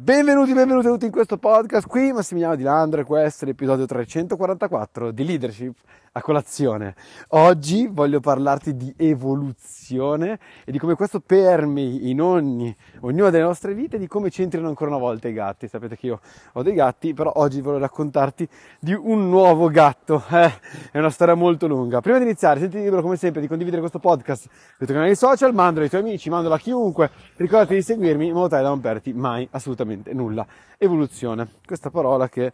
Benvenuti tutti in questo podcast. Qui Massimiliano Di Landro e questo è l'episodio 344 di Leadership a colazione. Oggi voglio parlarti di evoluzione e di come questo permei in ognuna delle nostre vite, di come ci entrino ancora una volta i gatti. Sapete che io ho dei gatti, però oggi voglio raccontarti di un nuovo gatto. È una storia molto lunga. Prima di iniziare, senti libero come sempre di condividere questo podcast sui tuoi canali social, mandalo ai tuoi amici, mandalo a chiunque. Ricordati di seguirmi in modo tale da non perderti mai assolutamente nulla. Evoluzione, questa parola che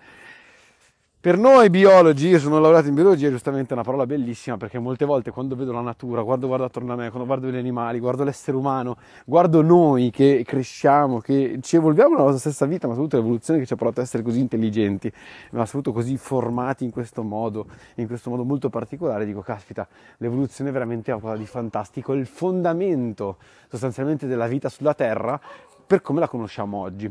per noi biologi, io sono laureato in biologia, giustamente è una parola bellissima, perché molte volte quando vedo la natura, guardo attorno a me, quando guardo gli animali, guardo l'essere umano, guardo noi che cresciamo, che ci evolviamo nella nostra stessa vita, ma soprattutto l'evoluzione che ci ha portato ad essere così intelligenti, ma soprattutto così formati in questo modo molto particolare, dico, caspita, l'evoluzione veramente è qualcosa di fantastico, è il fondamento sostanzialmente della vita sulla Terra, per come la conosciamo oggi.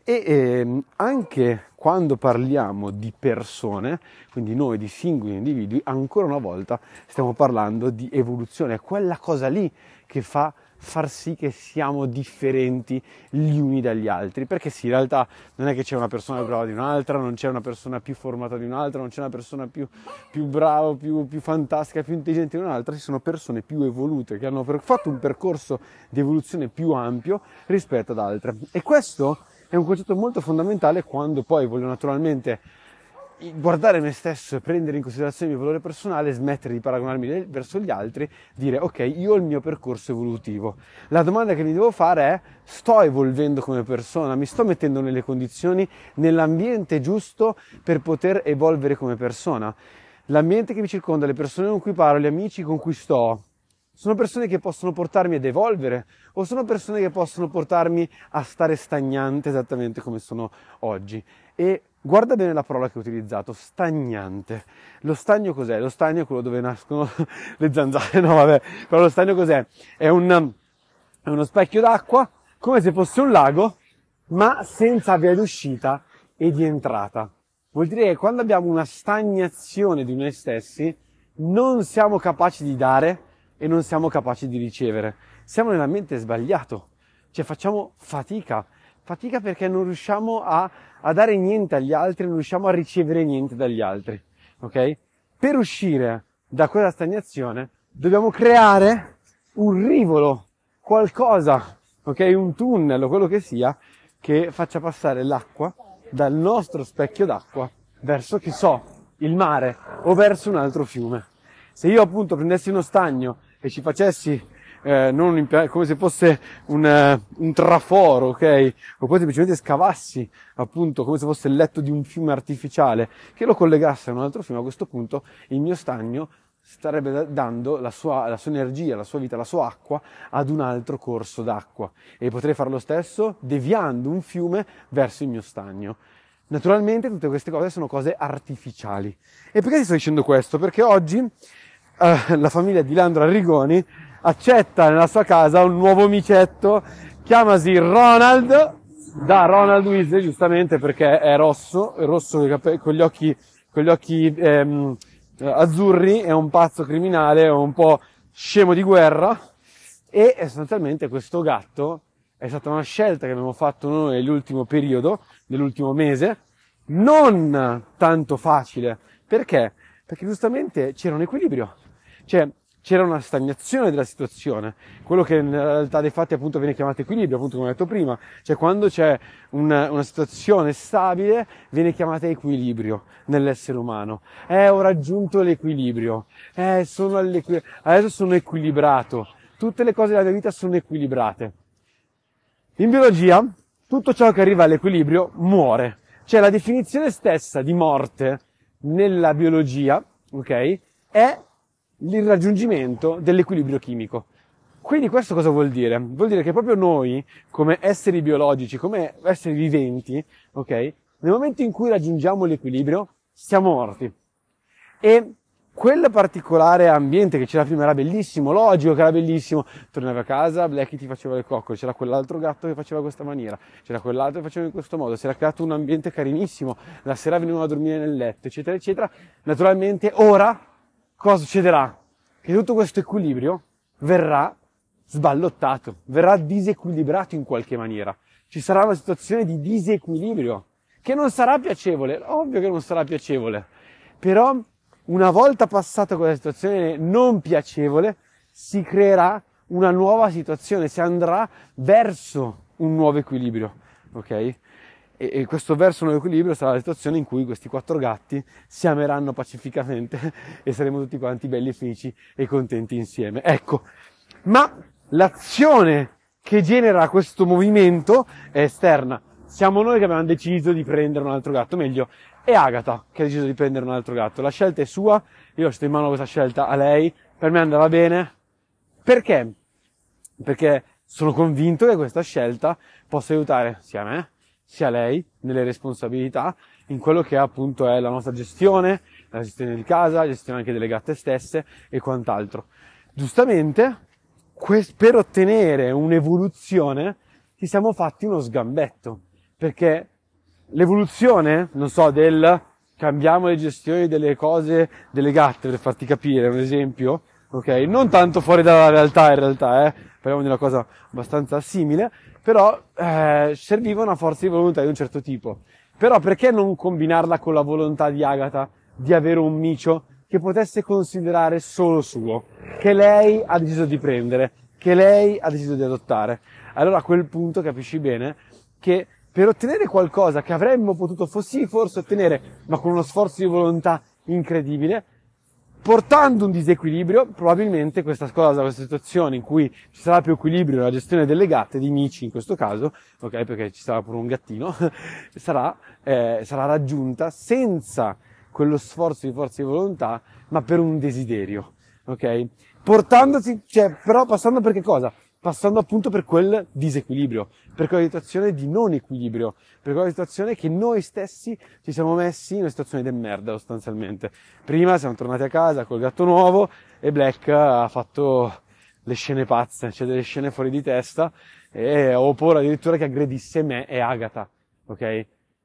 E anche quando parliamo di persone, quindi noi di singoli individui, ancora una volta stiamo parlando di evoluzione, è quella cosa lì che fa far sì che siamo differenti gli uni dagli altri, perché sì, in realtà non è che c'è una persona più brava di un'altra, non c'è una persona più formata di un'altra, non c'è una persona più brava, più fantastica, più intelligente di un'altra, ci sono persone più evolute che hanno fatto un percorso di evoluzione più ampio rispetto ad altre. E questo è un concetto molto fondamentale quando poi voglio naturalmente guardare me stesso e prendere in considerazione il mio valore personale, smettere di paragonarmi verso gli altri, dire ok, io ho il mio percorso evolutivo. La domanda che mi devo fare è: sto evolvendo come persona? Mi sto mettendo nelle condizioni, nell'ambiente giusto per poter evolvere come persona? L'ambiente che mi circonda, le persone con cui parlo, gli amici con cui sto, sono persone che possono portarmi ad evolvere o sono persone che possono portarmi a stare stagnante esattamente come sono oggi? E guarda bene la parola che ho utilizzato, stagnante. Lo stagno cos'è? Lo stagno è quello dove nascono le zanzare, no vabbè, però lo stagno cos'è? È uno specchio d'acqua, come se fosse un lago, ma senza via d'uscita e di entrata. Vuol dire che quando abbiamo una stagnazione di noi stessi, non siamo capaci di dare e non siamo capaci di ricevere. Siamo nell'ambiente sbagliato, cioè facciamo fatica perché non riusciamo a dare niente agli altri, non riusciamo a ricevere niente dagli altri, ok? Per uscire da quella stagnazione dobbiamo creare un rivolo, qualcosa, ok? Un tunnel o quello che sia, che faccia passare l'acqua dal nostro specchio d'acqua verso, che so, il mare o verso un altro fiume. Se io appunto prendessi uno stagno e ci facessi come se fosse un traforo, ok? Oppure semplicemente scavassi appunto come se fosse il letto di un fiume artificiale che lo collegasse a un altro fiume, a questo punto il mio stagno starebbe dando la sua energia, la sua vita, la sua acqua ad un altro corso d'acqua, e potrei fare lo stesso deviando un fiume verso il mio stagno. Naturalmente tutte queste cose sono cose artificiali. E perché ti sto dicendo questo? Perché oggi la famiglia di Landro Arrigoni accetta nella sua casa un nuovo micetto, chiamasi Ronald, da Ronald Weasley, giustamente perché è rosso con gli occhi azzurri, è un pazzo criminale, è un po' scemo di guerra, e sostanzialmente questo gatto è stata una scelta che abbiamo fatto noi nell'ultimo periodo, nell'ultimo mese, non tanto facile. Perché? Perché giustamente c'era un equilibrio, cioè c'era una stagnazione della situazione, quello che nella realtà dei fatti appunto viene chiamato equilibrio, appunto come ho detto prima, cioè quando c'è una situazione stabile viene chiamata equilibrio nell'essere umano. Ho raggiunto l'equilibrio, adesso sono equilibrato, tutte le cose della mia vita sono equilibrate. In biologia tutto ciò che arriva all'equilibrio muore, cioè la definizione stessa di morte nella biologia, ok, è il raggiungimento dell'equilibrio chimico. Quindi questo cosa vuol dire? Vuol dire che proprio noi, come esseri biologici, come esseri viventi, ok, nel momento in cui raggiungiamo l'equilibrio, siamo morti. E quel particolare ambiente che c'era prima era bellissimo, logico che era bellissimo, tornavi a casa, Blackie ti faceva le coccole, c'era quell'altro gatto che faceva questa maniera, c'era quell'altro che faceva in questo modo, si era creato un ambiente carinissimo, la sera venivano a dormire nel letto, eccetera, eccetera. Naturalmente ora cosa succederà? Che tutto questo equilibrio verrà sballottato, verrà disequilibrato in qualche maniera. ci sarà una situazione di disequilibrio, che non sarà piacevole, ovvio che non sarà piacevole, però una volta passata quella situazione non piacevole, si creerà una nuova situazione, si andrà verso un nuovo equilibrio, ok? E questo verso un nuovo equilibrio sarà la situazione in cui questi 4 gatti si ameranno pacificamente e saremo tutti quanti belli, felici e contenti insieme. Ecco, ma l'azione che genera questo movimento è esterna. Siamo noi che abbiamo deciso di prendere un altro gatto, meglio, è Agatha che ha deciso di prendere un altro gatto. La scelta è sua, io ho sto in mano questa scelta a lei, per me andava bene. Perché? Perché sono convinto che questa scelta possa aiutare sia me, sia lei, nelle responsabilità, in quello che appunto è la nostra gestione, la gestione di casa, la gestione anche delle gatte stesse e quant'altro. Giustamente, per ottenere un'evoluzione, ci siamo fatti uno sgambetto, perché l'evoluzione, non so, del cambiamo le gestioni delle cose delle gatte, per farti capire un esempio, ok? Non tanto fuori dalla realtà, in realtà, parliamo di una cosa abbastanza simile, però serviva una forza di volontà di un certo tipo. Però perché non combinarla con la volontà di Agatha di avere un micio che potesse considerare solo suo, che lei ha deciso di prendere, che lei ha deciso di adottare? Allora a quel punto capisci bene che per ottenere qualcosa che avremmo potuto forse ottenere, ma con uno sforzo di volontà incredibile, portando un disequilibrio, probabilmente questa situazione in cui ci sarà più equilibrio nella gestione delle gatte, di mici in questo caso, ok, perché ci sarà pure un gattino, sarà raggiunta senza quello sforzo di forza di volontà, ma per un desiderio, ok? Però passando per che cosa? Passando appunto per quel disequilibrio, per quella situazione di non equilibrio, per quella situazione che noi stessi ci siamo messi in una situazione di merda sostanzialmente. Prima siamo tornati a casa col gatto nuovo e Black ha fatto le scene pazze, cioè delle scene fuori di testa, e ho paura addirittura che aggredisse me e Agatha, ok?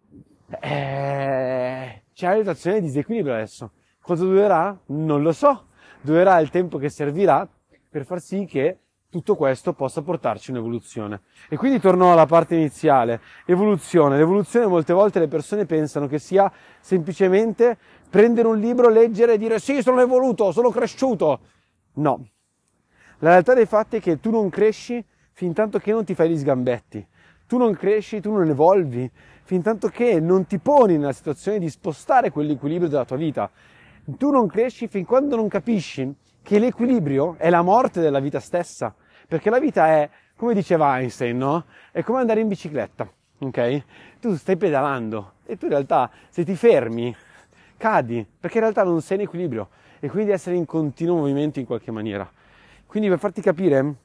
C'è una situazione di disequilibrio adesso. Cosa durerà? Non lo so. Durerà il tempo che servirà per far sì che tutto questo possa portarci un'evoluzione. E quindi torno alla parte iniziale. Evoluzione. L'evoluzione molte volte le persone pensano che sia semplicemente prendere un libro, leggere e dire sì, sono evoluto, sono cresciuto. No. La realtà dei fatti è che tu non cresci fin tanto che non ti fai gli sgambetti. Tu non cresci, tu non evolvi fin tanto che non ti poni nella situazione di spostare quell'equilibrio della tua vita. Tu non cresci fin quando non capisci che l'equilibrio è la morte della vita stessa. Perché la vita è, come diceva Einstein, no? È come andare in bicicletta, ok? Tu stai pedalando e tu in realtà se ti fermi cadi, perché in realtà non sei in equilibrio e quindi devi essere in continuo movimento in qualche maniera. Quindi per farti capire,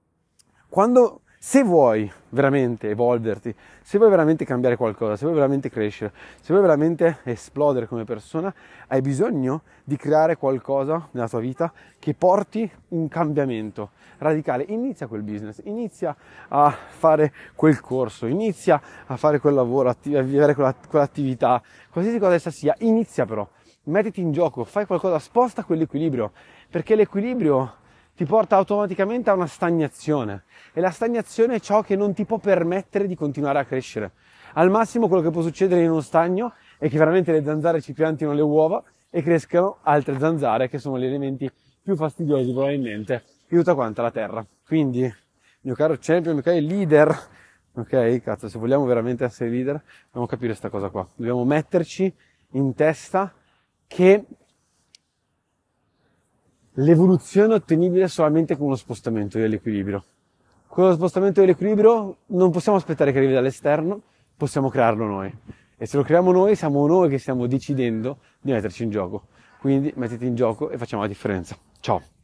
se vuoi veramente evolverti, se vuoi veramente cambiare qualcosa, se vuoi veramente crescere, se vuoi veramente esplodere come persona, hai bisogno di creare qualcosa nella tua vita che porti un cambiamento radicale. Inizia quel business, inizia a fare quel corso, inizia a fare quel lavoro, a vivere quell'attività, qualsiasi cosa essa sia, inizia però, mettiti in gioco, fai qualcosa, sposta quell'equilibrio, perché l'equilibrio ti porta automaticamente a una stagnazione e la stagnazione è ciò che non ti può permettere di continuare a crescere. Al massimo quello che può succedere in uno stagno è che veramente le zanzare ci piantino le uova e crescano altre zanzare che sono gli elementi più fastidiosi probabilmente di tutta quanta la terra. Quindi, mio caro champion, mio caro leader, ok, cazzo, se vogliamo veramente essere leader dobbiamo capire questa cosa qua, dobbiamo metterci in testa che l'evoluzione è ottenibile solamente con uno spostamento dell'equilibrio. Con lo spostamento dell'equilibrio non possiamo aspettare che arrivi dall'esterno, possiamo crearlo noi. E se lo creiamo noi, siamo noi che stiamo decidendo di metterci in gioco. Quindi mettiti in gioco e facciamo la differenza. Ciao!